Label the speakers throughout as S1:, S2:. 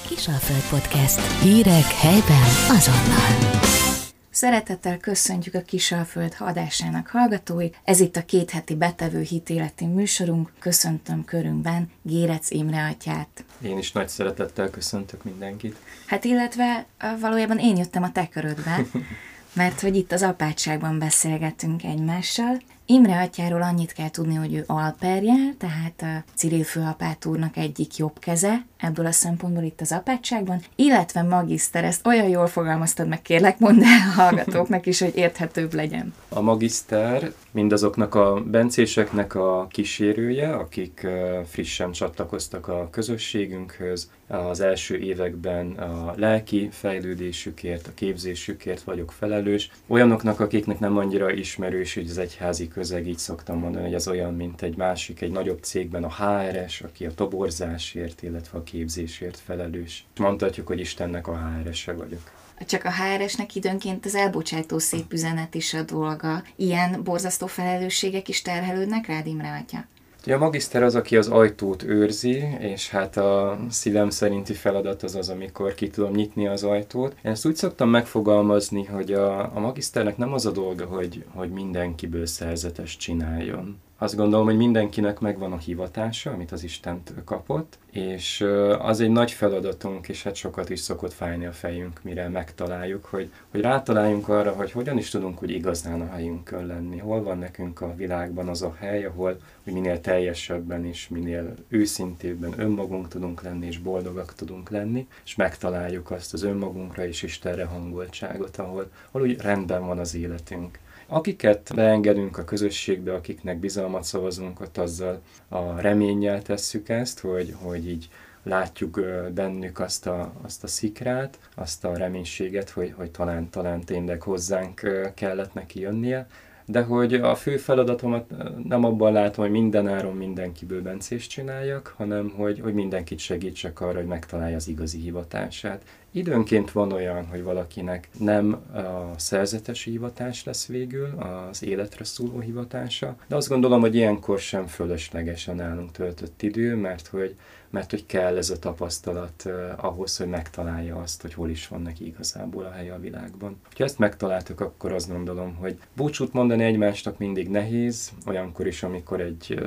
S1: Kisalföld Podcast. Hírek helyben azonnal.
S2: Szeretettel köszöntjük a Kisalföld adásának hallgatóit. Ez itt a kétheti betevő hitéleti műsorunk. Köszöntöm körünkben Gérec Imre atyát.
S3: Én is nagy szeretettel köszöntök mindenkit.
S2: Hát illetve valójában én jöttem a te körödbe, mert hogy itt az apátságban beszélgetünk egymással. Imre atyáról annyit kell tudni, hogy ő alperjel, tehát a Cyril főapát úrnak egyik jobb keze, ebből a szempontból itt az apátságban, illetve magiszter, ezt olyan jól fogalmaztad meg, kérlek, mondd el a hallgatóknak is, hogy érthetőbb legyen.
S3: A magiszter mindazoknak a bencéseknek a kísérője, akik frissen csatlakoztak a közösségünkhöz. Az első években a lelki fejlődésükért, a képzésükért vagyok felelős. Olyanoknak, akiknek nem annyira ismerős, hogy az egyházi közeg, így szoktam mondani, hogy ez olyan, mint egy nagyobb cégben a HRS, aki a toborzásért, illetve a képzésért felelős. Mondhatjuk, hogy Istennek a HRS-e vagyok.
S2: Csak a HRS-nek időnként az elbocsátó szép üzenet is a dolga. Ilyen borzasztó felelősségek is terhelődnek rád, Imre atya?
S3: A magiszter az, aki az ajtót őrzi, és hát a szívem szerinti feladat az, amikor ki tudom nyitni az ajtót. Én ezt úgy szoktam megfogalmazni, hogy a magiszternek nem az a dolga, hogy mindenkiből szerzetes csináljon. Azt gondolom, hogy mindenkinek megvan a hivatása, amit az Istent kapott, és az egy nagy feladatunk, és hát sokat is szokott fájni a fejünk, mire megtaláljuk, hogy rátaláljunk arra, hogy hogyan is tudunk úgy igazán a helyünkön lenni. Hol van nekünk a világban az a hely, ahol minél teljesebben és minél őszintébben önmagunk tudunk lenni, és boldogak tudunk lenni, és megtaláljuk azt az önmagunkra és Istenre hangoltságot, ahol úgy rendben van az életünk. Akiket beengedünk a közösségbe, akiknek bizalmat szavazunk, ott azzal a reménnyel tesszük ezt, hogy így látjuk bennük azt a szikrát, azt a reménységet, hogy talán tényleg hozzánk kellett neki jönnie, de hogy a fő feladatomat nem abban látom, hogy mindenáron mindenkiből bencést csináljak, hanem hogy mindenkit segítsek arra, hogy megtalálja az igazi hivatását. Időnként van olyan, hogy valakinek nem a szerzetes hivatás lesz végül, az életre szóló hivatása, de azt gondolom, hogy ilyenkor sem fölöslegesen nálunk töltött idő, mert hogy kell ez a tapasztalat ahhoz, hogy megtalálja azt, hogy hol is van neki igazából a helye a világban. Ha ezt megtaláltuk, akkor azt gondolom, hogy búcsút mondani egymásnak mindig nehéz, olyankor is, amikor egy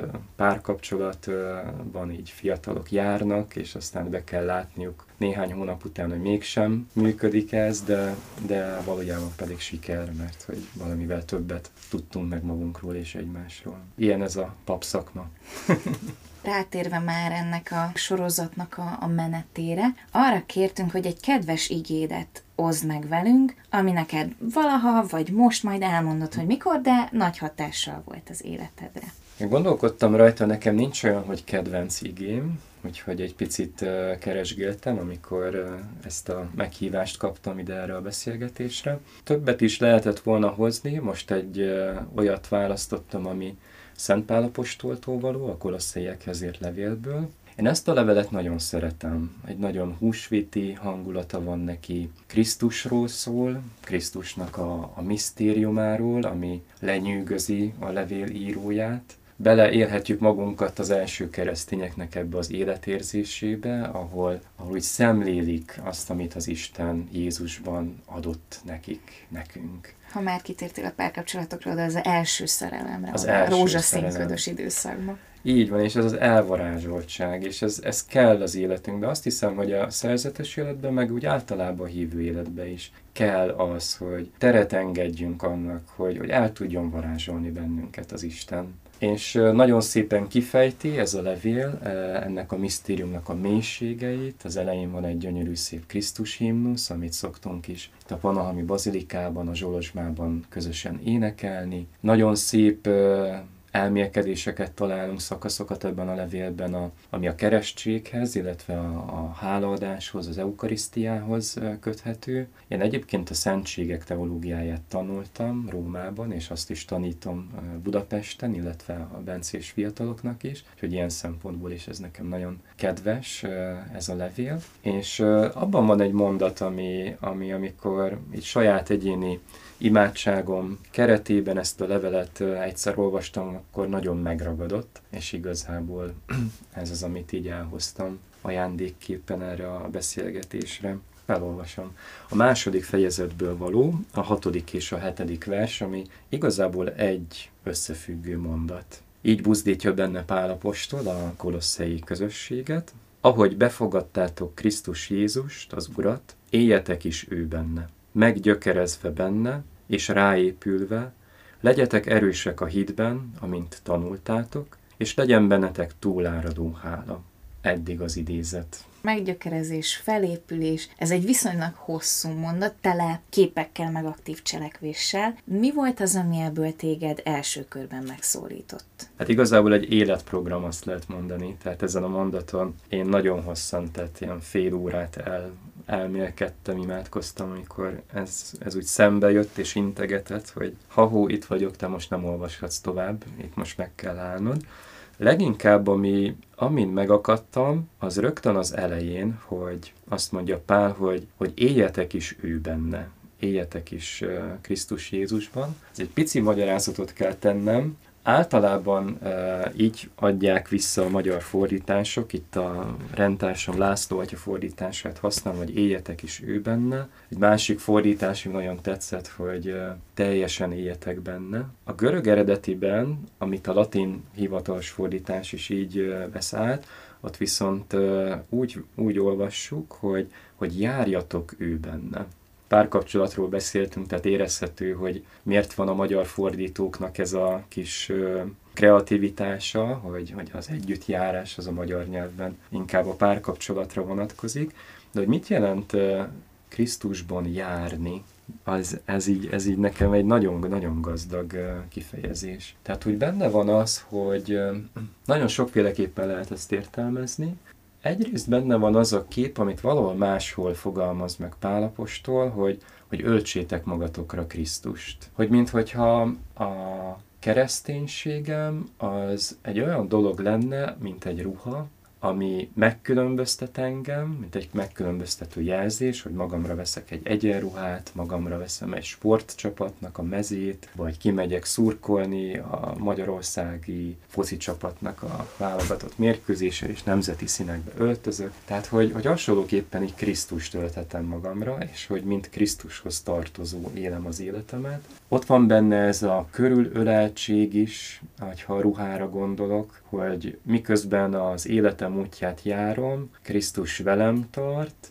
S3: párkapcsolatban így fiatalok járnak, és aztán be kell látniuk néhány hónap után, hogy mégsem működik ez, de valójában pedig siker, mert hogy valamivel többet tudtunk meg magunkról és egymásról. Ilyen ez a papszakma.
S2: Rátérve már ennek a sorozatnak a menetére, arra kértünk, hogy egy kedves igédet oszd meg velünk, ami neked valaha, vagy most majd elmondod, hogy mikor, de nagy hatással volt az életedre.
S3: Én gondolkodtam rajta, nekem nincs olyan, hogy kedvenc igém, úgyhogy egy picit keresgéltem, amikor ezt a meghívást kaptam ide erre a beszélgetésre. Többet is lehetett volna hozni, most egy olyat választottam, ami Szent Pál apostoltól való, a Kolosszaiekhez írt levélből. Én ezt a levelet nagyon szeretem. Egy nagyon húsvéti hangulata van neki. Krisztusról szól, Krisztusnak a misztériumáról, ami lenyűgözi a levél íróját. Beleélhetjük magunkat az első keresztényeknek ebbe az életérzésébe, ahol úgy szemlélik azt, amit az Isten Jézusban adott nekünk.
S2: Ha már kitértél a párkapcsolatokról, de az első szerelemre,
S3: az
S2: a rózsaszínködös időszakban.
S3: Így van, és ez az elvarázsoltság, és ez kell az életünkben. Azt hiszem, hogy a szerzetes életben, meg úgy általában a hívő életben is kell az, hogy teret engedjünk annak, hogy el tudjon varázsolni bennünket az Isten. És nagyon szépen kifejti ez a levél ennek a misztériumnak a mélységeit. Az elején van egy gyönyörű szép Krisztus himnusz, amit szoktunk is itt a Panahami Bazilikában, a Zsolozsmában közösen énekelni. Nagyon szép elmélkedéseket találunk, szakaszokat ebben a levélben, ami a keresztséghez, illetve a hálaadáshoz, az eukarisztiához köthető. Én egyébként a szentségek teológiáját tanultam Rómában, és azt is tanítom Budapesten, illetve a bencés fiataloknak is, úgyhogy ilyen szempontból is ez nekem nagyon kedves, ez a levél. És abban van egy mondat, amikor így saját egyéni imádságom keretében ezt a levelet egyszer olvastam akkor nagyon megragadott, és igazából ez az, amit így elhoztam ajándékképpen erre a beszélgetésre. Felolvasom. A második fejezetből való, a 6. és a 7. vers, ami igazából egy összefüggő mondat. Így buzdítja benne Pál apostol a kolosszei közösséget: ahogy befogadtátok Krisztus Jézust, az Urat, éljetek is ő benne. Meggyökerezve benne, és ráépülve, legyetek erősek a hitben, amint tanultátok, és legyen bennetek túláradó hála. Eddig az idézet.
S2: Meggyökerezés, felépülés, ez egy viszonylag hosszú mondat, tele képekkel, meg aktív cselekvéssel. Mi volt az, ami ebből téged első körben megszólított?
S3: Hát igazából egy életprogram, azt lehet mondani. Tehát ezen a mondaton én nagyon hosszan, tehát ilyen fél órát elmélkedtem, imádkoztam, amikor ez úgy szembe jött és integetett, hogy ha-hó, itt vagyok, te most nem olvashatsz tovább, itt most meg kell állnod. Leginkább, amin megakadtam, az rögtön az elején, hogy azt mondja Pál, hogy éljetek is ő benne, éljetek is Krisztus Jézusban. Ez egy pici magyarázatot kell tennem. Általában így adják vissza a magyar fordítások, itt a rendtársam László atya fordítását használom, hogy éljetek is ő benne. Egy másik fordítás, ami nagyon tetszett, hogy teljesen éljetek benne. A görög eredetiben, amit a latin hivatalos fordítás is így vesz át, ott viszont úgy olvassuk, hogy járjatok ő benne. Párkapcsolatról beszéltünk, tehát érezhető, hogy miért van a magyar fordítóknak ez a kis kreativitása, hogy az együttjárás az a magyar nyelvben inkább a párkapcsolatra vonatkozik. De hogy mit jelent Krisztusban járni, ez így nekem egy nagyon-nagyon gazdag kifejezés. Tehát, hogy benne van az, hogy nagyon sokféleképpen lehet ezt értelmezni. Egyrészt benne van az a kép, amit valahol máshol fogalmaz meg Pál apostol, hogy öltsétek magatokra Krisztust. Hogy minthogyha a kereszténységem az egy olyan dolog lenne, mint egy ruha, ami megkülönböztet engem, mint egy megkülönböztető jelzés, hogy magamra veszek egy egyenruhát, magamra veszem egy sportcsapatnak a mezét, vagy kimegyek szurkolni a magyarországi foci csapatnak a válogatott mérkőzésre, és nemzeti színekbe öltözök. Tehát, hogy hasonlóképpen így Krisztust ölthetem magamra, és hogy mint Krisztushoz tartozó élem az életemet. Ott van benne ez a körülöleltség is, ha a ruhára gondolok, hogy miközben az életem útját járom, Krisztus velem tart,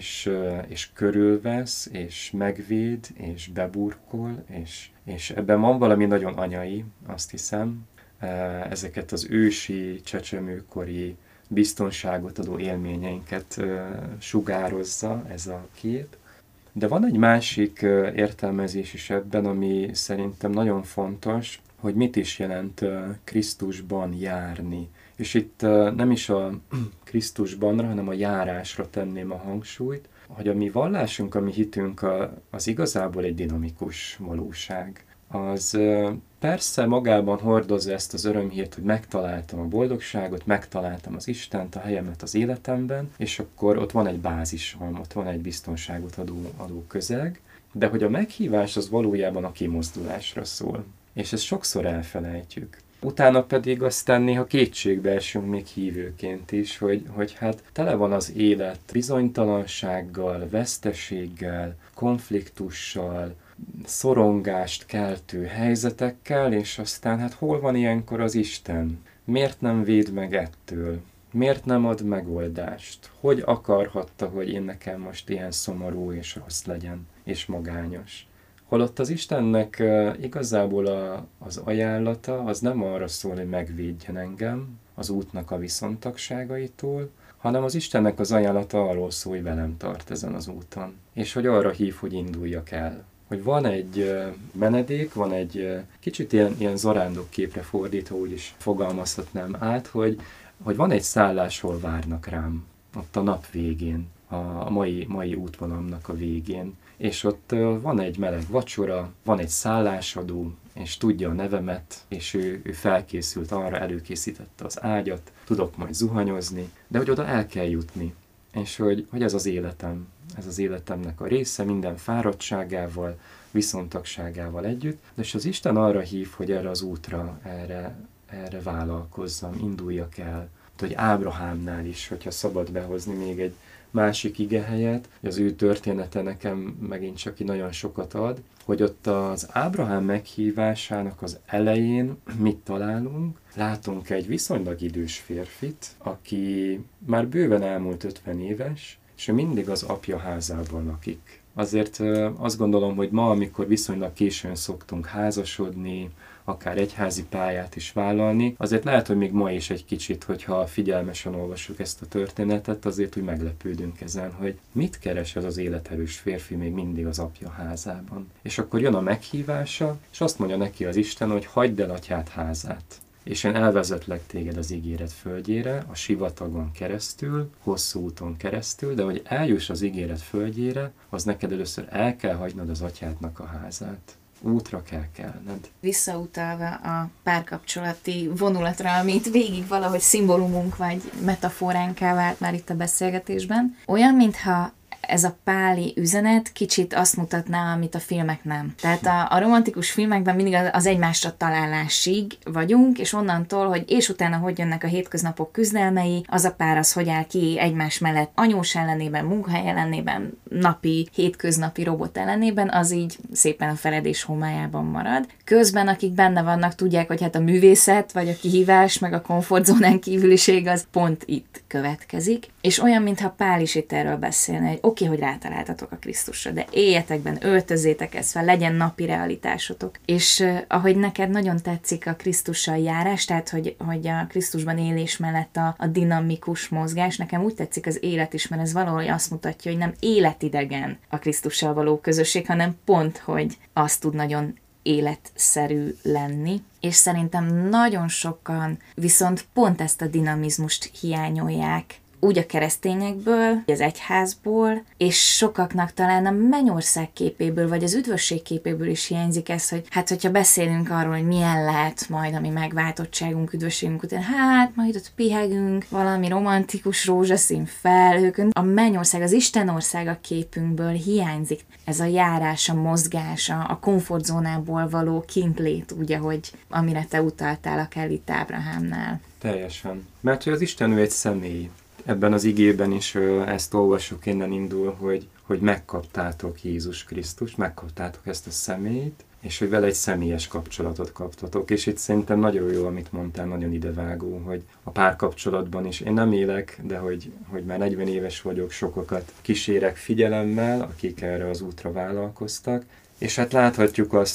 S3: és körülvesz, és megvéd, és beburkol, és ebben van valami nagyon anyai, azt hiszem. Ezeket az ősi, csecsemőkori biztonságot adó élményeinket sugározza ez a kép. De van egy másik értelmezés is ebben, ami szerintem nagyon fontos, hogy mit is jelent Krisztusban járni. És itt nem is a Krisztusbanra, hanem a járásra tenném a hangsúlyt, hogy a mi vallásunk, a mi hitünk az igazából egy dinamikus valóság. Az persze magában hordozza ezt az örömhírt, hogy megtaláltam a boldogságot, megtaláltam az Istent, a helyemet az életemben, és akkor ott van egy bázisom, ott van egy biztonságot adó közeg, de hogy a meghívás az valójában a kimozdulásra szól. És ezt sokszor elfelejtjük. Utána pedig aztán néha kétségbe esünk még hívőként is, hogy hát tele van az élet bizonytalansággal, veszteséggel, konfliktussal, szorongást keltő helyzetekkel, és aztán hát hol van ilyenkor az Isten? Miért nem véd meg ettől? Miért nem ad megoldást? Hogy akarhatta, hogy én nekem most ilyen szomorú és rossz legyen, és magányos? Holott az Istennek igazából az ajánlata az nem arra szól, hogy megvédjen engem az útnak a viszontagságaitól, hanem az Istennek az ajánlata arról szól, hogy velem tart ezen az úton. És hogy arra hív, hogy induljak el. Hogy van egy menedék, van egy kicsit ilyen zarándok képre fordítva, úgy is fogalmazhatnám át, hogy van egy szállás, hol várnak rám, ott a nap végén, a mai útvonalamnak a végén. És ott van egy meleg vacsora, van egy szállásadó, és tudja a nevemet, és ő felkészült arra, előkészítette az ágyat, tudok majd zuhanyozni, de hogy oda el kell jutni. és hogy ez az életem, ez az életemnek a része, minden fáradtságával, viszontagságával együtt, és az Isten arra hív, hogy erre az útra, erre vállalkozzam, induljak el. Hogy Ábrahámnál is, hogyha szabad behozni még egy másik igehelyet, az ő története nekem megint csak nagyon sokat ad, hogy ott az Ábrahám meghívásának az elején mit találunk? Látunk egy viszonylag idős férfit, aki már bőven elmúlt 50 éves, és ő mindig az apja házában lakik. Azért azt gondolom, hogy ma, amikor viszonylag későn szoktunk házasodni, akár egyházi pályát is vállalni, azért lehet, hogy még ma is egy kicsit, hogyha figyelmesen olvassuk ezt a történetet, azért úgy meglepődünk ezen, hogy mit keres ez az életerős férfi még mindig az apja házában. És akkor jön a meghívása, és azt mondja neki az Isten, hogy hagyd el atyád házát, és én elvezetlek téged az ígéret földjére, a sivatagon keresztül, hosszú úton keresztül, de hogy eljuss az ígéret földjére, az neked először el kell hagynod az atyádnak a házát. Útra kell kelned.
S2: Visszautalva a párkapcsolati vonulatra, amit végig valahogy szimbólumunk vagy metaforánká vált már itt a beszélgetésben, olyan, mintha ez a páli üzenet kicsit azt mutatná, amit a filmek nem. Tehát a romantikus filmekben mindig az egymásra találásig vagyunk, és onnantól, hogy és utána hogy jönnek a hétköznapok küzdelmei, az a pár az hogy áll ki egymás mellett anyós ellenében, munkahely ellenében, napi, hétköznapi robot ellenében, az így szépen a feledés homályában marad. Közben, akik benne vannak, tudják, hogy hát a művészet, vagy a kihívás, meg a komfortzónán kívüliség az pont itt következik. És olyan, mintha Pál is itt erről beszélne, hogy oké, hogy rátaláltatok a Krisztusra, de éljetekben, öltözzétek ezt fel, legyen napi realitásotok. És ahogy neked nagyon tetszik a Krisztussal járás, tehát hogy a Krisztusban élés mellett a dinamikus mozgás, nekem úgy tetszik az élet is, mert ez valahogy azt mutatja, hogy nem életidegen a Krisztussal való közösség, hanem pont, hogy az tud nagyon életszerű lenni, és szerintem nagyon sokan viszont pont ezt a dinamizmust hiányolják, úgy a keresztényekből, az egyházból, és sokaknak talán a mennyország képéből, vagy az üdvösség képéből is hiányzik ez, hogy hát, hogyha beszélünk arról, hogy milyen lehet majd a mi megváltottságunk, üdvösségünk után, hát majd ott pihegünk valami romantikus rózsaszín felhőkön. A mennyország, az Istenország a képünkből hiányzik. Ez a járás, a mozgás, a komfortzónából való kintlét, úgy, ahogy amire te utaltál akár itt Ábrahámnál.
S3: Teljesen. Mert hogy az Isten ő egy személy. Ebben az igében is ezt olvassuk, innen indul, hogy megkaptátok Jézus Krisztust, megkaptátok ezt a személyt, és hogy vele egy személyes kapcsolatot kaptatok. És itt szerintem nagyon jó, amit mondtál, nagyon idevágó, hogy a párkapcsolatban is én nem élek, de hogy már 40 éves vagyok, sokakat kísérek figyelemmel, akik erre az útra vállalkoztak. És hát láthatjuk azt,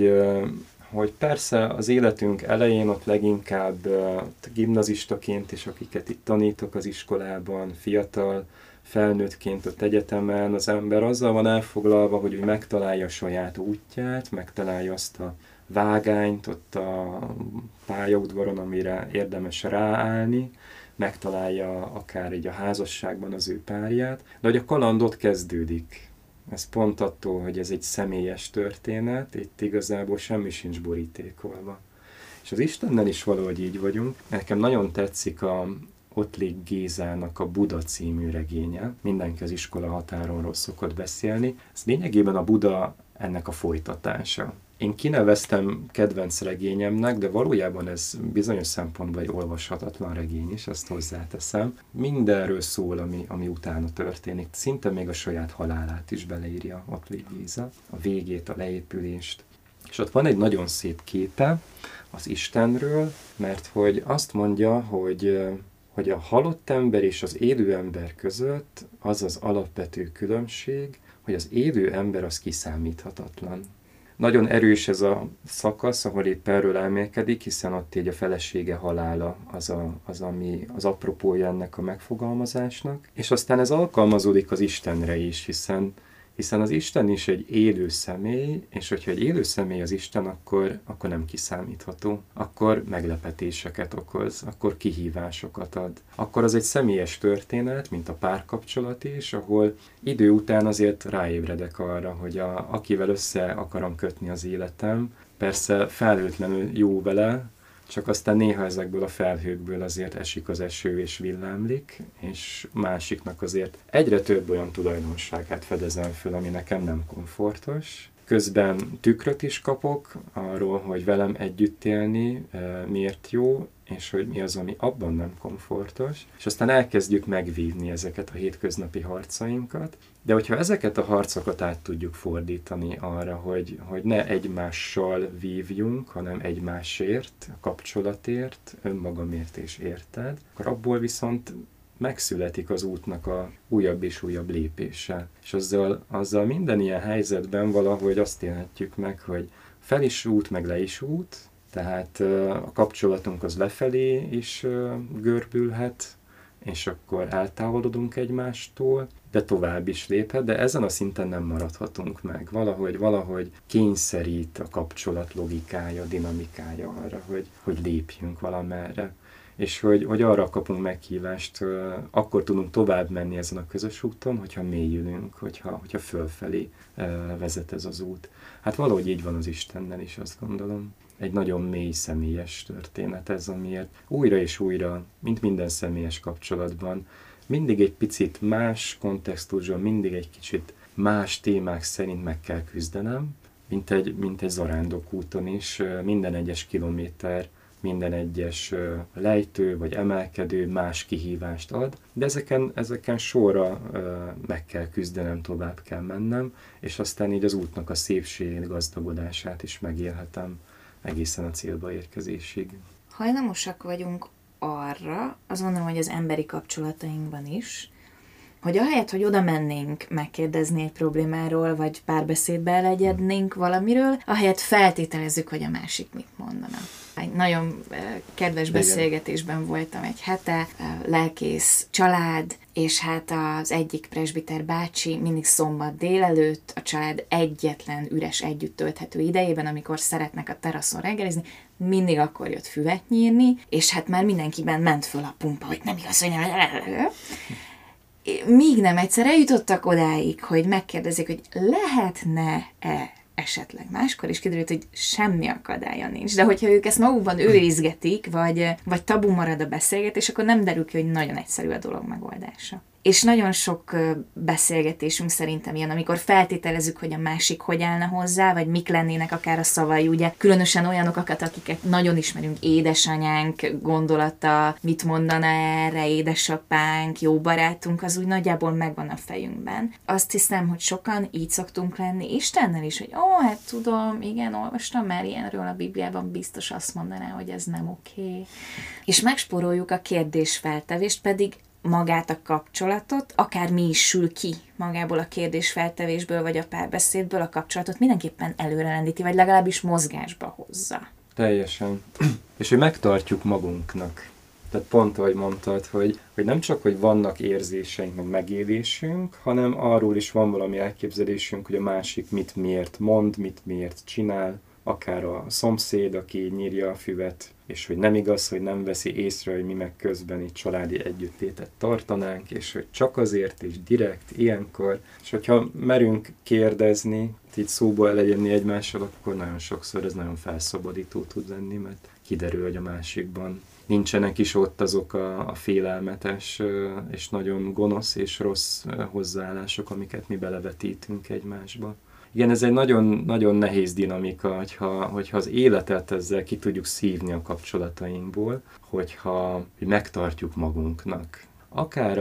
S3: hogy persze az életünk elején ott leginkább gimnazistaként, és akiket itt tanítok az iskolában, fiatal, felnőttként ott egyetemen, az ember azzal van elfoglalva, hogy megtalálja a saját útját, megtalálja azt a vágányt ott a pályaudvaron, amire érdemes ráállni, megtalálja akár így a házasságban az ő párját, de hogy a kaland ott kezdődik. Ez pont attól, hogy ez egy személyes történet, itt igazából semmi sincs borítékolva. És az Istennel is valahogy így vagyunk. Nekem nagyon tetszik a Ottlik Gézának a Buda című regénye. Mindenki az iskola határonról szokott beszélni. Ez lényegében a Buda ennek a folytatása. Én kineveztem kedvenc regényemnek, de valójában ez bizonyos szempontból egy olvashatatlan regény is, azt hozzáteszem. Mindenről szól, ami utána történik. Szinte még a saját halálát is beleírja Ottlik Géza, a végét, a leépülést. És ott van egy nagyon szép képe az Istenről, mert hogy azt mondja, hogy a halott ember és az élő ember között az az alapvető különbség, hogy az élő ember az kiszámíthatatlan. Nagyon erős ez a szakasz, ahol épp erről elmélkedik, hiszen ott így a felesége halála az, ami az apropója ennek a megfogalmazásnak. És aztán ez alkalmazódik az Istenre is, hiszen az Isten is egy élő személy, és hogyha egy élő személy az Isten, akkor nem kiszámítható, akkor meglepetéseket okoz, akkor kihívásokat ad. Akkor az egy személyes történet, mint a párkapcsolat is, ahol idő után azért ráébredek arra, hogy akivel össze akarom kötni az életem, persze felhőtlenül jó vele, csak aztán néha ezekből a felhőkből azért esik az eső és villámlik, és másiknak azért egyre több olyan tulajdonságát fedezem föl, ami nekem nem komfortos. Közben tükröt is kapok arról, hogy velem együtt élni miért jó, és hogy mi az, ami abban nem komfortos. És aztán elkezdjük megvívni ezeket a hétköznapi harcainkat. De hogyha ezeket a harcokat át tudjuk fordítani arra, hogy ne egymással vívjunk, hanem egymásért, a kapcsolatért, önmagamért és érted, akkor abból viszont megszületik az útnak a újabb és újabb lépése. És azzal minden ilyen helyzetben valahogy azt élhetjük meg, hogy fel is út, meg le is út, tehát a kapcsolatunk az lefelé is görbülhet, és akkor eltávolodunk egymástól, de tovább is léphet, de ezen a szinten nem maradhatunk meg. Valahogy kényszerít a kapcsolat logikája, dinamikája arra, hogy lépjünk valamerre. És hogy arra kapunk meghívást, akkor tudunk tovább menni ezen a közös úton, hogyha mélyülünk, hogyha fölfelé vezet ez az út. Hát valahogy így van az Istennel is, azt gondolom. Egy nagyon mély személyes történet ez, amiért újra és újra, mint minden személyes kapcsolatban, mindig egy picit más kontextusban, mindig egy kicsit más témák szerint meg kell küzdenem, mint egy zarándokúton is, minden egyes kilométer, minden egyes lejtő vagy emelkedő más kihívást ad, de ezeken sorra meg kell küzdenem, tovább kell mennem, és aztán így az útnak a szépségét, gazdagodását is megélhetem egészen a célba érkezésig.
S2: Hajlamosak vagyunk arra, azt gondolom, hogy az emberi kapcsolatainkban is, hogy ahelyett, hogy oda mennénk megkérdezni egy problémáról, vagy párbeszédbe elegyednénk valamiről, ahelyett feltételezzük, hogy a másik mit mondana. Egy nagyon kedves beszélgetésben voltam egy hete, lelkész család, és hát az egyik presbiter bácsi mindig szombat délelőtt a család egyetlen üres együtt tölthető idejében, amikor szeretnek a teraszon reggelizni, mindig akkor jött füvet nyírni, és hát már mindenkiben ment föl a pumpa, hogy nem igaz, hogy nem... Míg nem egyszer eljutottak odáig, hogy megkérdezik, hogy lehetne-e esetleg máskor, és kiderült, hogy semmi akadálya nincs. De hogyha ők ezt magukban őrizgetik, vagy tabu marad a beszélgetés, akkor nem derül ki, hogy nagyon egyszerű a dolog megoldása. És nagyon sok beszélgetésünk szerintem ilyen, amikor feltételezzük, hogy a másik hogy állna hozzá, vagy mik lennének akár a szavai, ugye különösen olyanokat, akiket nagyon ismerünk, édesanyánk gondolata, mit mondana erre, édesapánk, jó barátunk, az úgy nagyjából megvan a fejünkben. Azt hiszem, hogy sokan így szoktunk lenni Istennel is, hogy hát tudom, igen, olvastam már ilyenről a Bibliában, biztos azt mondaná, hogy ez nem oké. És megspóroljuk a kérdésfeltevést, pedig magát a kapcsolatot, akár mi is sül ki magából a kérdésfeltevésből, vagy a párbeszédből, a kapcsolatot mindenképpen előrelendíti, vagy legalábbis mozgásba hozza.
S3: Teljesen. És hogy megtartjuk magunknak. Tehát pont, ahogy mondtad, hogy nem csak, hogy vannak érzéseink, meg megélésünk, hanem arról is van valami elképzelésünk, hogy a másik mit miért mond, mit miért csinál, akár a szomszéd, aki nyírja a füvet, és hogy nem igaz, hogy nem veszi észre, hogy mi meg közben itt családi együttlétet tartanánk, és hogy csak azért is direkt, ilyenkor. És hogyha merünk kérdezni, így szóba elejönni egymással, akkor nagyon sokszor ez nagyon felszabadító tud lenni, mert kiderül, hogy a másikban nincsenek is ott azok a félelmetes és nagyon gonosz és rossz hozzáállások, amiket mi belevetítünk egymásba. Igen, ez egy nagyon, nagyon nehéz dinamika, hogyha az életet ezzel ki tudjuk szívni a kapcsolatainkból, hogyha megtartjuk magunknak. Akár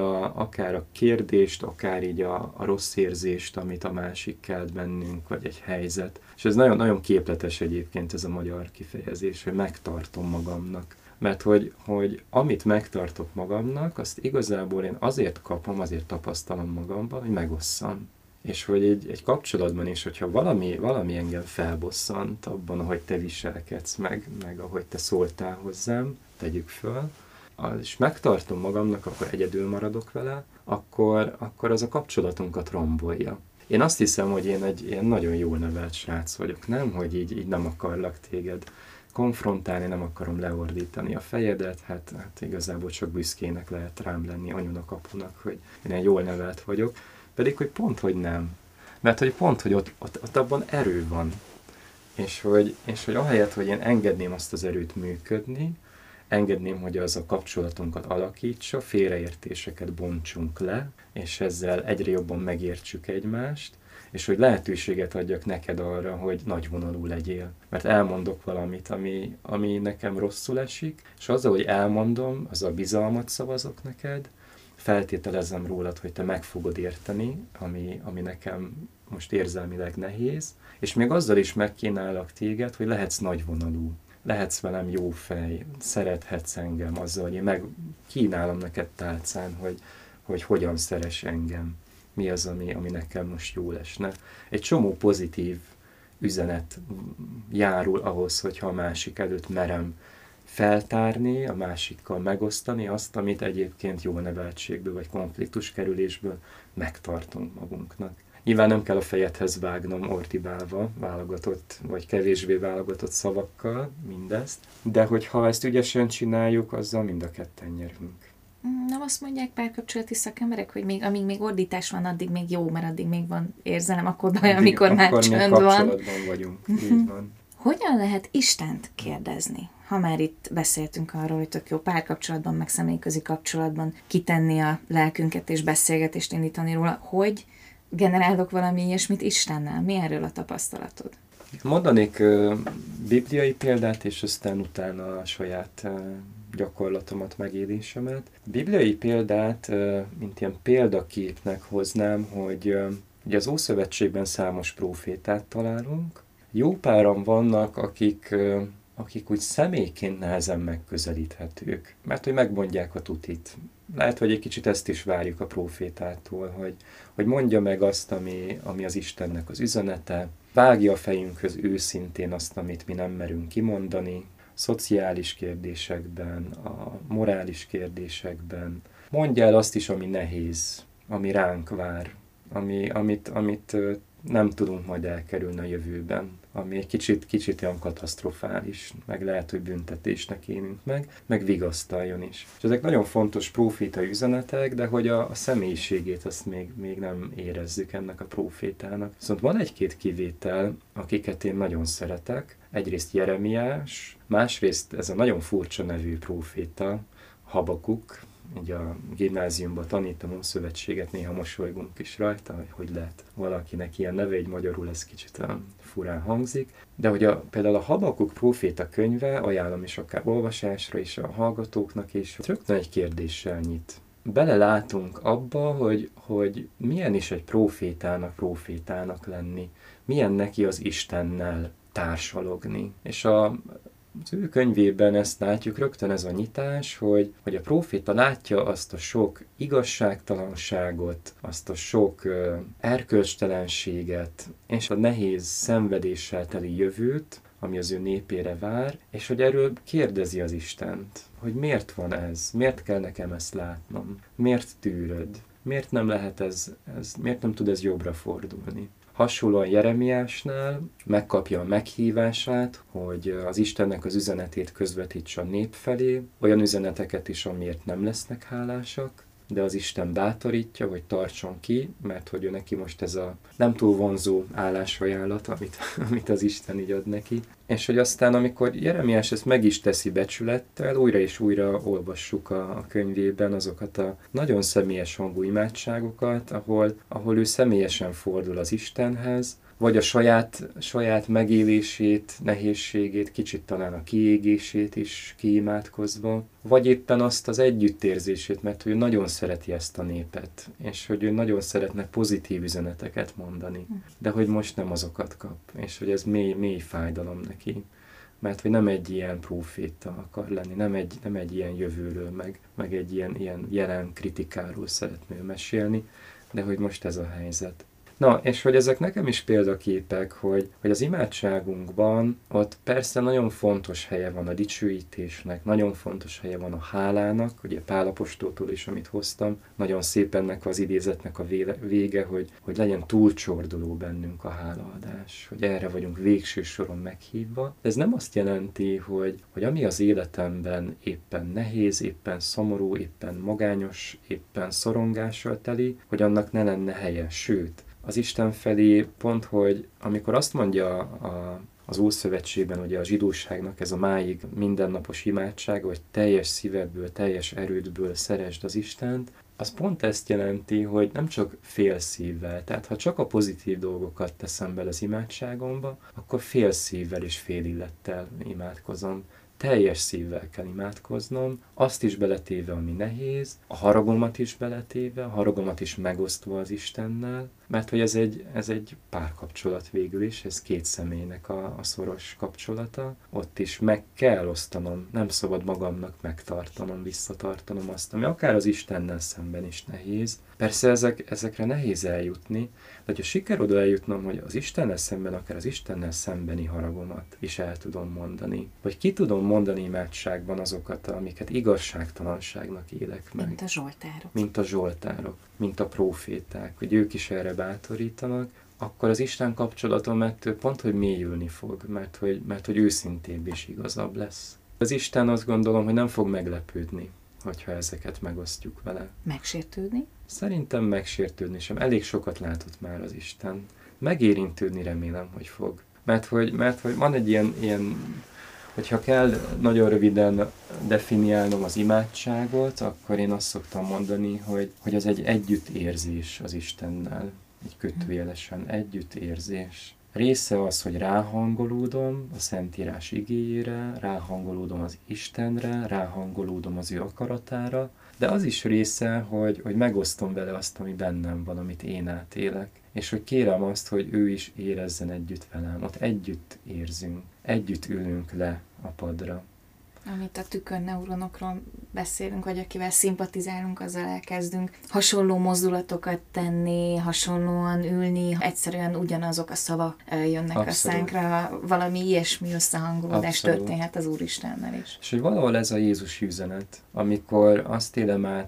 S3: a kérdést, akár így a rossz érzést, amit a másik kelt bennünk, vagy egy helyzet. És ez nagyon, nagyon képletes egyébként ez a magyar kifejezés, hogy megtartom magamnak. Mert hogy amit megtartok magamnak, azt igazából én azért kapom, azért tapasztalom magamban, hogy megosszam. És hogy egy kapcsolatban is, hogyha valami engem felbosszant abban, ahogy te viselkedsz, meg ahogy te szóltál hozzám, tegyük föl, és megtartom magamnak, akkor egyedül maradok vele, akkor az a kapcsolatunkat rombolja. Én azt hiszem, hogy én egy ilyen nagyon jól nevelt srác vagyok, nem? Hogy így nem akarlak téged konfrontálni, nem akarom leordítani a fejedet, hát igazából csak büszkének lehet rám lenni anyunak, apunak, hogy én egy jól nevelt vagyok. Pedig, hogy pont, hogy nem. Mert hogy pont, hogy ott abban erő van. És hogy ahelyett, hogy én engedném azt az erőt működni, engedném, hogy az a kapcsolatunkat alakítsa, félreértéseket bontsunk le, és ezzel egyre jobban megértsük egymást, és hogy lehetőséget adjak neked arra, hogy nagyvonalú legyél. Mert elmondok valamit, ami nekem rosszul esik, és azzal, hogy elmondom, azzal bizalmat szavazok neked, feltételezem rólad, hogy te meg fogod érteni, ami nekem most érzelmileg nehéz, és még azzal is megkínálok téged, hogy lehetsz nagyvonalú. Lehetsz velem jó fej, szerethetsz engem azzal, hogy én kínálom neked tálcán, hogy hogyan szeress engem, mi az, ami nekem most jól esne. Egy csomó pozitív üzenet járul ahhoz, hogyha a másik előtt merem feltárni, a másikkal megosztani azt, amit egyébként jó neveltségből vagy konfliktuskerülésből megtartunk magunknak. Nyilván nem kell a fejedhez vágnom ortibálva, válogatott vagy kevésbé válogatott szavakkal mindezt, de hogyha ezt ügyesen csináljuk, azzal mind a ketten nyerünk.
S2: Nem azt mondják párkapcsolati szakemberek, hogy amíg még ordítás van, addig még jó, mert addig még van érzelem, akkor baj, amikor már csönd van.
S3: Kapcsolatban vagyunk, így van.
S2: Hogyan lehet Istent kérdezni? Ha már itt beszéltünk arról, hogy tök jó párkapcsolatban, meg személyközi kapcsolatban kitenni a lelkünket és beszélgetést indítani róla, hogy generálok valami ilyesmit Istennel? Mi erről a tapasztalatod?
S3: Mondanék bibliai példát, és aztán utána a saját gyakorlatomat, megélésemet. Bibliai példát, mint ilyen példaképnek hoznám, hogy ugye az Ószövetségben számos prófétát találunk. Jó páran vannak, akik úgy személyként nehezen megközelíthetők, mert hogy megmondják a tutit. Lehet, hogy egy kicsit ezt is várjuk a prófétától, hogy mondja meg azt, ami az Istennek az üzenete, vágja a fejünkhöz őszintén azt, amit mi nem merünk kimondani, szociális kérdésekben, a morális kérdésekben. Mondja el azt is, ami nehéz, ami ránk vár, amit nem tudunk majd elkerülni a jövőben, ami egy kicsit olyan katasztrofális, meg lehet, hogy büntetésnek élünk meg vigasztaljon is. És ezek nagyon fontos prófétai üzenetek, de hogy a személyiségét azt még nem érezzük ennek a prófétának. Viszont van egy-két kivétel, akiket én nagyon szeretek. Egyrészt Jeremiás, másrészt ez a nagyon furcsa nevű próféta, Habakuk. Így a gimnáziumban tanítom a szövetséget, néha mosolygunk is rajta, hogy lehet valakinek ilyen neve, egy magyarul ez kicsit furán hangzik. De hogy például a Habakuk próféta könyve, ajánlom is akár olvasásra is a hallgatóknak is, rögtön egy kérdéssel nyit. Belelátunk abba, hogy milyen is egy prófétának lenni, milyen neki az Istennel társalogni. És az ő könyvében ezt látjuk, rögtön ez a nyitás, hogy a próféta látja azt a sok igazságtalanságot, azt a sok erkölcstelenséget, és a nehéz szenvedéssel teli jövőt, ami az ő népére vár, és hogy erről kérdezi az Istent, hogy miért van ez, miért kell nekem ezt látnom, miért tűröd, miért nem lehet miért nem tud ez jobbra fordulni. Hasonlóan Jeremiásnál megkapja a meghívását, hogy az Istennek az üzenetét közvetítse a nép felé, olyan üzeneteket is, amiért nem lesznek hálásak, de az Isten bátorítja, hogy tartson ki, mert hogy ő neki most ez a nem túl vonzó állásajánlat, amit az Isten így ad neki. És hogy aztán, amikor Jeremiás ezt meg is teszi becsülettel, újra és újra olvassuk a könyvében azokat a nagyon személyes hangú imádságokat, ahol ő személyesen fordul az Istenhez, vagy a saját megélését, nehézségét, kicsit talán a kiégését is kiimádkozva, vagy éppen azt az együttérzését, mert ő nagyon szereti ezt a népet, és hogy ő nagyon szeretne pozitív üzeneteket mondani, de hogy most nem azokat kap, és hogy ez mély fájdalom neki. Mert hogy nem egy ilyen próféta akar lenni, nem egy ilyen jövőről, meg egy ilyen jelen kritikáról szeretne mesélni, de hogy most ez a helyzet. Na, és hogy ezek nekem is példaképek, hogy az imádságunkban ott persze nagyon fontos helye van a dicsőítésnek, nagyon fontos helye van a hálának, ugye Pál apostoltól is, amit hoztam, nagyon szép ennek az idézetnek a vége, hogy legyen túlcsorduló bennünk a hálaadás, hogy erre vagyunk végső soron meghívva. Ez nem azt jelenti, hogy ami az életemben éppen nehéz, éppen szomorú, éppen magányos, éppen szorongással teli, hogy annak ne lenne helye, sőt, az Isten felé pont, hogy amikor azt mondja az Ószövetségben ugye a zsidóságnak ez a máig mindennapos imádsága, hogy teljes szívedből, teljes erődből szeresd az Istent, az pont ezt jelenti, hogy nem csak fél szívvel, tehát ha csak a pozitív dolgokat teszem bele az imádságomba, akkor fél szívvel és fél illettel imádkozom. Teljes szívvel kell imádkoznom, azt is beletéve, ami nehéz, a haragomat is beletéve, a haragomat is megosztva az Istennel, mert hogy ez egy párkapcsolat végül is, ez két személynek a szoros kapcsolata. Ott is meg kell osztanom, nem szabad magamnak megtartanom, visszatartanom azt, ami akár az Istennel szemben is nehéz. Persze ezekre nehéz eljutni, de ha sikerül oda eljutnom, hogy az Istennel szemben, akár az Istennel szembeni haragomat is el tudom mondani, vagy ki tudom mondani imádságban azokat, amiket igazságtalanságnak élek meg.
S2: Mint a zsoltárok.
S3: Mint a zsoltárok, mint a próféták, hogy ők is erre bátorítanak, akkor az Isten kapcsolatom ettől pont, hogy mélyülni fog, mert hogy őszintébb és igazabb lesz. Az Isten azt gondolom, hogy nem fog meglepődni, hogyha ezeket megosztjuk vele.
S2: Megsértődni?
S3: Szerintem megsértődni sem. Elég sokat látott már az Isten. Megérintődni remélem, hogy fog. Mert hogy van egy ilyen hogyha kell nagyon röviden definiálnom az imádságot, akkor én azt szoktam mondani, hogy az egy együttérzés az Istennel. Egy kötőjelesen együttérzés. Része az, hogy ráhangolódom a Szentírás igéjére, ráhangolódom az Istenre, ráhangolódom az ő akaratára, de az is része, hogy megosztom vele azt, ami bennem van, amit én átélek. És hogy kérem azt, hogy ő is érezzen együtt velem. Ott együtt érzünk, együtt ülünk le a padra.
S2: Amit a tükörneuronokról beszélünk, vagy akivel szimpatizálunk, azzal elkezdünk hasonló mozdulatokat tenni, hasonlóan ülni, egyszerűen ugyanazok a szavak jönnek a szánkra, valami ilyesmi összehangolódás történhet az Úristennel is.
S3: És hogy valahol ez a Jézus üzenet, amikor azt élem át,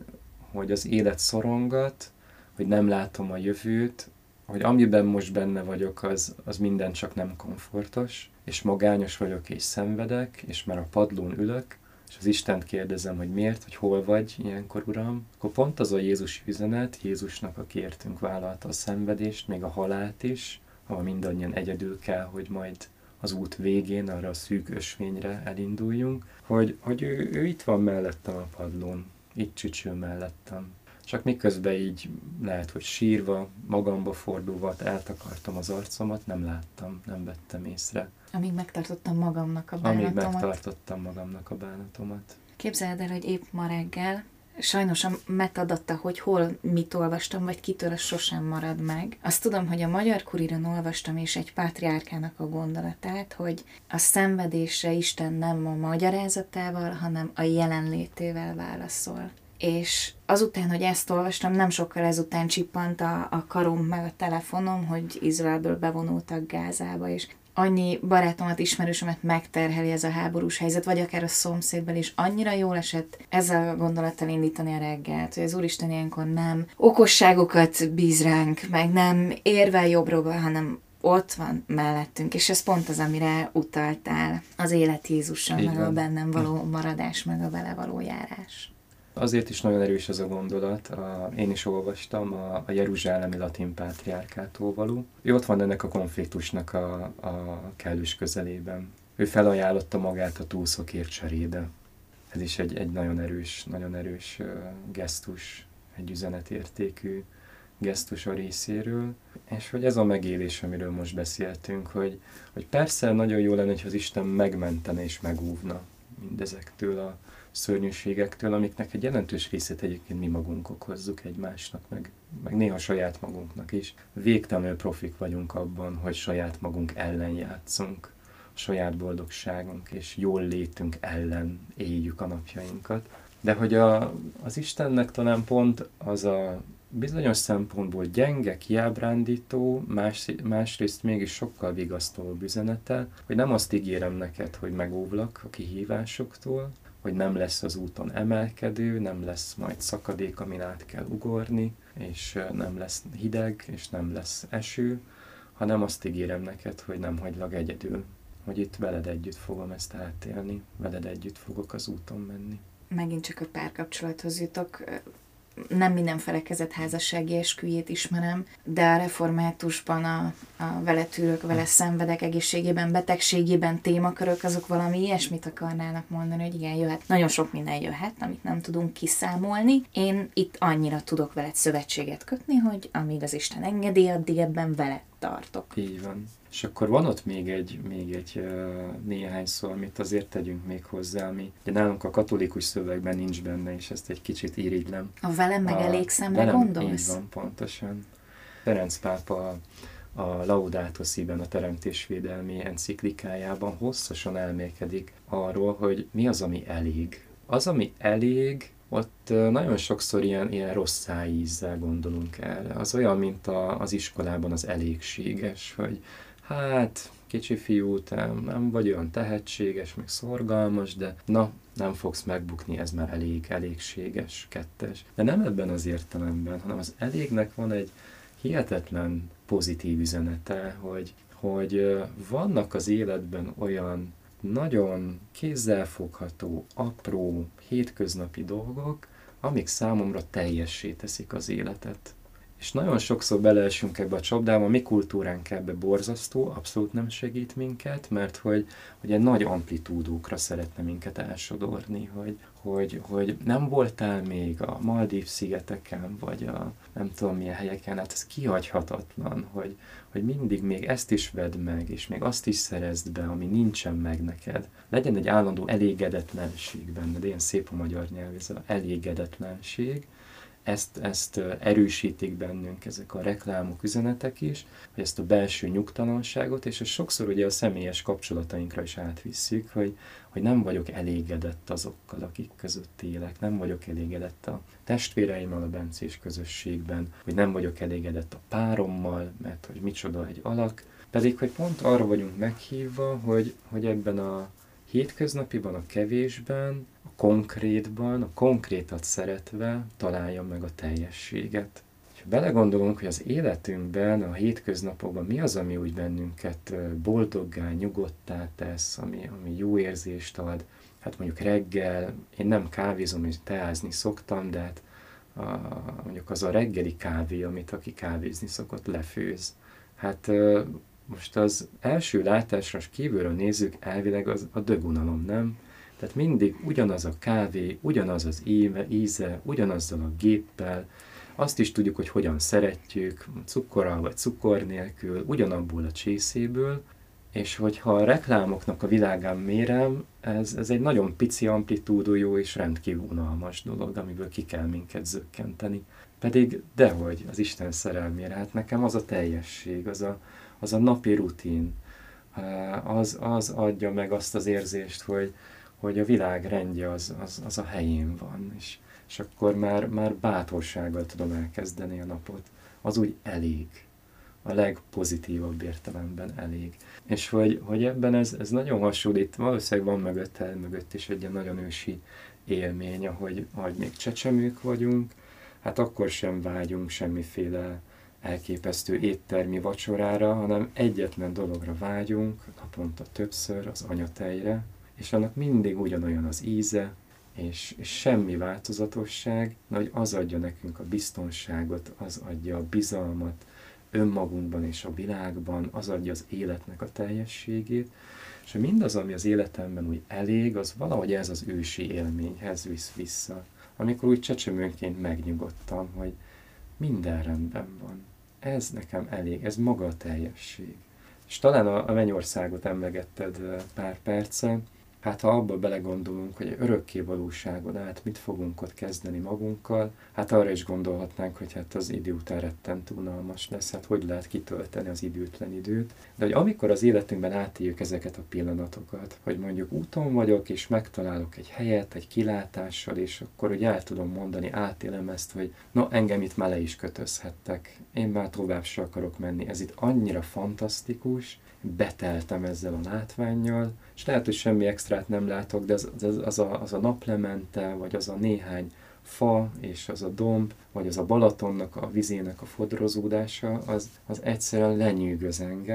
S3: hogy az élet szorongat, hogy nem látom a jövőt, hogy amiben most benne vagyok, az minden csak nem komfortos, és magányos vagyok, és szenvedek, és már a padlón ülök, és az Istent kérdezem, hogy miért, hogy hol vagy ilyenkor, Uram, akkor pont az a Jézus üzenet, Jézusnak, aki értünk vállalta a szenvedést, még a halált is, ahol mindannyian egyedül kell, hogy majd az út végén arra a szűk ösvényre elinduljunk, hogy ő itt van mellettem a padlón, itt csücsül mellettem. Csak miközben így lehet, hogy sírva, magamba fordulva eltakartam az arcomat, nem láttam, nem vettem észre.
S2: Amíg megtartottam magamnak a bánatomat. Képzeld el, hogy épp ma reggel, sajnos a metadatta, hogy hol mit olvastam, vagy kitől, az sosem marad meg. Azt tudom, hogy a Magyar Kuriron olvastam, és egy pátriárkának a gondolatát, hogy a szenvedésre Isten nem a magyarázatával, hanem a jelenlétével válaszol. És azután, hogy ezt olvastam, nem sokkal ezután csippant a karom meg a telefonom, hogy Izraelből bevonultak Gázába, és annyi barátomat, ismerősömet megterheli ez a háborús helyzet, vagy akár a szomszédban is. Annyira jól esett ezzel a gondolattal indítani a reggelt, hogy az Úristen ilyenkor nem okosságokat bíz ránk, meg nem érvel jobbról, hanem ott van mellettünk, és ez pont az, amire utaltál, az élet Jézussal, meg a bennem való maradás, meg a vele való járás.
S3: Azért is nagyon erős ez a gondolat, én is olvastam a jeruzsálemi latin pátriárkától való. Ő ott van ennek a konfliktusnak a kellős közelében. Ő felajánlotta magát a túlszokért cserébe. Ez is egy nagyon erős gesztus, egy üzenetértékű gesztus a részéről. És hogy ez a megélés, amiről most beszéltünk, hogy persze nagyon jó lenne, hogy az Isten megmentene és megúvna mindezektől a szörnyűségektől, amiknek egy jelentős részét egyébként mi magunk okozzuk egymásnak, meg néha saját magunknak is. Végtelenül profik vagyunk abban, hogy saját magunk ellen játszunk, a saját boldogságunk és jól létünk ellen éljük a napjainkat. De hogy az Istennek talán pont az a bizonyos szempontból gyenge, kiábrándító, másrészt mégis sokkal vigasztalóbb üzenete, hogy nem azt ígérem neked, hogy megóvlak a kihívásoktól, hogy nem lesz az úton emelkedő, nem lesz majd szakadék, amin át kell ugorni, és nem lesz hideg, és nem lesz eső, hanem azt ígérem neked, hogy nem hagylak egyedül, hogy itt veled együtt fogom ezt átélni, veled együtt fogok az úton menni.
S2: Megint csak a párkapcsolathoz jutok. nem minden felekezet házassági esküjét ismerem, de a reformátusban a vele tűrök, vele szenvedek, egészségében, betegségében témakörök, azok valami ilyesmit akarnának mondani, hogy igen, jöhet. Nagyon sok minden jöhet, amit nem tudunk kiszámolni. Én itt annyira tudok veled szövetséget kötni, hogy amíg az Isten engedi, addig ebben veled tartok.
S3: Így van. És akkor van ott még egy néhány szó, amit azért tegyünk még hozzá, ami ugye nálunk a katolikus szövegben nincs benne, és ezt egy kicsit irigylem.
S2: A velem megelégszemre gondolsz?
S3: Így van, pontosan. Ferenc pápa a Laudato Si-ben, a teremtésvédelmi enciklikájában hosszasan elmélkedik arról, hogy mi az, ami elég. Az, ami elég, ott nagyon sokszor ilyen rossz szájízzel gondolunk erre. Az olyan, mint az iskolában az elégséges, hogy hát kicsi fiú, te nem vagy olyan tehetséges, meg szorgalmas, de na, nem fogsz megbukni, ez már elégséges, 2. De nem ebben az értelemben, hanem az elégnek van egy hihetetlen pozitív üzenete, hogy vannak az életben olyan nagyon kézzelfogható, apró, hétköznapi dolgok, amik számomra teljessé teszik az életet. És nagyon sokszor beleesünk ebbe a csapdába, a mi kultúránk ebbe borzasztó, abszolút nem segít minket, mert hogy egy nagy amplitúdókra szeretne minket elsodorni, hogy nem voltál még a Maldív-szigeteken, vagy a nem tudom milyen helyeken, hát ez kihagyhatatlan, hogy mindig még ezt is vedd meg, és még azt is szerezd be, ami nincsen meg neked. Legyen egy állandó elégedetlenség benned, ilyen szép a magyar nyelv, ez az elégedetlenség. Ezt erősítik bennünk ezek a reklámok, üzenetek is, hogy ezt a belső nyugtalanságot, és ezt sokszor ugye a személyes kapcsolatainkra is átvisszük, hogy nem vagyok elégedett azokkal, akik között élek, nem vagyok elégedett a testvéreimmel a bencés közösségben, hogy nem vagyok elégedett a párommal, mert hogy micsoda egy alak, pedig hogy pont arra vagyunk meghívva, hogy ebben a hétköznapiban, a kevésben, a konkrétban, a konkrétat szeretve találjam meg a teljességet. Ha belegondolunk, hogy az életünkben, a hétköznapokban mi az, ami úgy bennünket boldoggá, nyugodtá tesz, ami jó érzést ad, hát mondjuk reggel, én nem kávézom és teázni szoktam, de hát mondjuk az a reggeli kávé, amit aki kávézni szokott, lefőz. Hát most az első látásra kívülről nézzük, elvileg az a dögunalom, nem? Tehát mindig ugyanaz a kávé, ugyanaz az íze, ugyanazzal a géppel, azt is tudjuk, hogy hogyan szeretjük, cukorral vagy cukor nélkül, ugyanabból a csészéből, és hogyha a reklámoknak a világán mérem, ez egy nagyon pici amplitúdójú és rendkívül unalmas dolog, amiből ki kell minket zökkenteni. Pedig dehogy az Isten szerelmére, hát nekem az a teljesség, az a napi rutin, az adja meg azt az érzést, hogy a világ rendje az a helyén van, és akkor már bátorsággal tudom elkezdeni a napot. Az úgy elég. A legpozitívabb értelemben elég. És hogy ebben ez nagyon hasonlít, valószínűleg van mögött is egy ilyen nagyon ősi élmény, ahogy még csecsemők vagyunk, hát akkor sem vágyunk semmiféle elképesztő éttermi vacsorára, hanem egyetlen dologra vágyunk, naponta többször, az anyatejre, és annak mindig ugyanolyan az íze, és semmi változatosság, de hogy az adja nekünk a biztonságot, az adja a bizalmat önmagunkban és a világban, az adja az életnek a teljességét, és mindaz, ami az életemben úgy elég, az valahogy ez az ősi élményhez visz vissza. Amikor úgy csecsemőnként megnyugodtam, hogy minden rendben van. Ez nekem elég, ez maga a teljesség. És talán a mennyországot emlegetted pár perce, hát ha abba belegondolunk, hogy örökké valóságon át mit fogunk ott kezdeni magunkkal, hát arra is gondolhatnánk, hogy hát az idő után rettentő unalmas lesz, hát hogy lehet kitölteni az időtlen időt. De hogy amikor az életünkben átéljük ezeket a pillanatokat, hogy mondjuk úton vagyok, és megtalálok egy helyet, egy kilátással, és akkor hogy el tudom mondani, átélem ezt, hogy no, engem itt már le is kötözhettek, én már tovább se akarok menni, ez itt annyira fantasztikus, beteltem ezzel a látvánnyal, és lehet, hogy semmi extrát nem látok, de az a naplemente, vagy az a néhány fa, és az a domb, vagy az a Balatonnak, a vizének a fodrozódása, az egyszerűen lenyűgöz engem,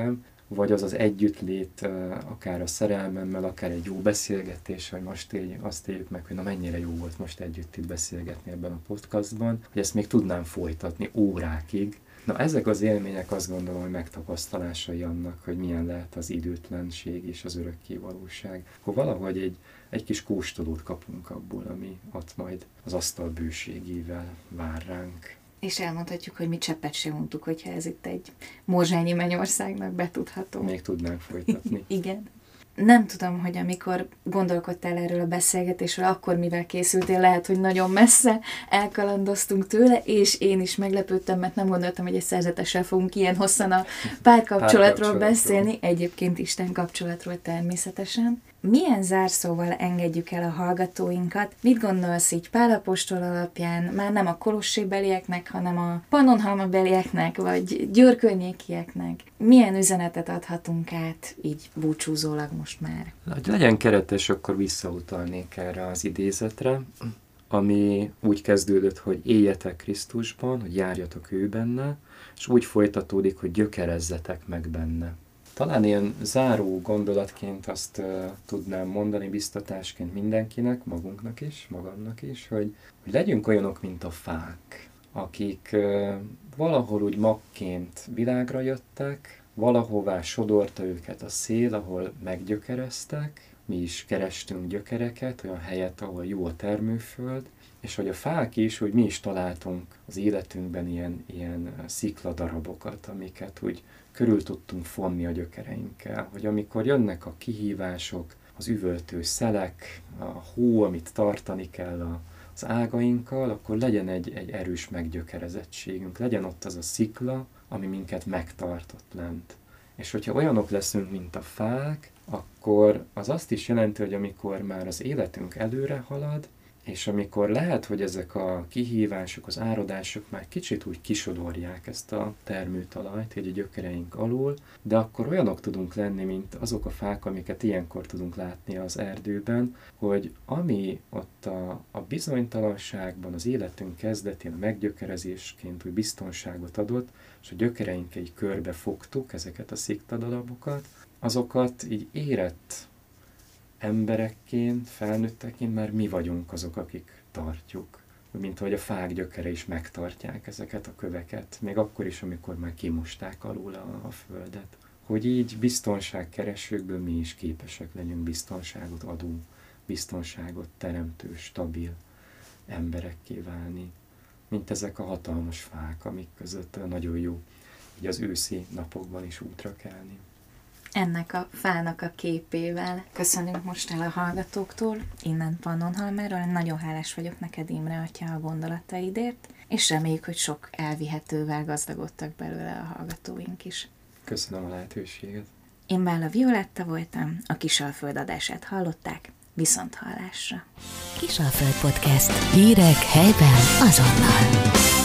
S3: vagy az az együttlét, akár a szerelmemmel, akár egy jó beszélgetés, hogy most azt éljük meg, hogy na mennyire jó volt most együtt itt beszélgetni ebben a podcastban, hogy ezt még tudnám folytatni órákig. Na ezek az élmények azt gondolom, hogy megtapasztalásai annak, hogy milyen lehet az időtlenség és az örökké valóság. Akkor valahogy egy kis kóstolót kapunk abból, ami ott majd az asztal bőségével vár ránk.
S2: És elmondhatjuk, hogy mi cseppet sem mondtuk, hogyha ez itt egy morzsányi mennyországnak betudható.
S3: Még tudnánk folytatni.
S2: Igen. Nem tudom, hogy amikor gondolkodtál erről a beszélgetésről, akkor mivel készültél, lehet, hogy nagyon messze elkalandoztunk tőle, és én is meglepődtem, mert nem gondoltam, hogy egy szerzetessel fogunk ilyen hosszan a párkapcsolatról beszélni, egyébként Isten kapcsolatról természetesen. Milyen zárszóval engedjük el a hallgatóinkat? Mit gondolsz így Pál apostol alapján, már nem a kolossébelieknek, hanem a Pannonhalmabelieknek, vagy Győr környékieknek? Milyen üzenetet adhatunk át így búcsúzólag most már?
S3: Hogy legyen keretes, akkor visszautalnék erre az idézetre, ami úgy kezdődött, hogy éljetek Krisztusban, hogy járjatok ő benne, és úgy folytatódik, hogy gyökerezzetek meg benne. Talán ilyen záró gondolatként azt tudnám mondani, biztatásként mindenkinek, magunknak is, magamnak is, hogy legyünk olyanok, mint a fák, akik valahol úgy magként világra jöttek, valahová sodorta őket a szél, ahol meggyökereztek, mi is kerestünk gyökereket, olyan helyet, ahol jó a termőföld, és hogy a fák is, hogy mi is találtunk az életünkben ilyen szikladarabokat, amiket úgy körül tudtunk fonni a gyökereinkkel, hogy amikor jönnek a kihívások, az üvöltő szelek, a hó, amit tartani kell az ágainkkal, akkor legyen egy erős meggyökerezettségünk, legyen ott az a szikla, ami minket megtartott lent. És hogyha olyanok leszünk, mint a fák, akkor az azt is jelenti, hogy amikor már az életünk előre halad, és amikor lehet, hogy ezek a kihívások, az áradások már kicsit úgy kisodorják ezt a termőtalajt, egy a gyökereink alól, de akkor olyanok tudunk lenni, mint azok a fák, amiket ilyenkor tudunk látni az erdőben, hogy ami ott a bizonytalanságban, az életünk kezdetén a meggyökerezésként úgy biztonságot adott, és a gyökereinkkel így körbe fogtuk ezeket a sziktadarabokat, azokat így érett emberekként, felnőtteként már mi vagyunk azok, akik tartjuk. Mint ahogy a fák gyökere is megtartják ezeket a köveket, még akkor is, amikor már kimosták alul a földet. Hogy így biztonságkeresőkből mi is képesek legyünk biztonságot adó, biztonságot teremtő, stabil emberekké válni. Mint ezek a hatalmas fák, amik között nagyon jó így az őszi napokban is útra kelni.
S2: Ennek a fának a képével köszönünk most el a hallgatóktól, innen Pannonhalmáról. Nagyon hálás vagyok neked, Imre atya, a gondolataidért, és reméljük, hogy sok elvihetővel gazdagodtak belőle a hallgatóink is.
S3: Köszönöm a lehetőséget.
S2: Én Bála Violetta voltam, a Kisalföld adását hallották, viszont hallásra.
S1: Kisalföld Podcast. Hírek helyben azonnal.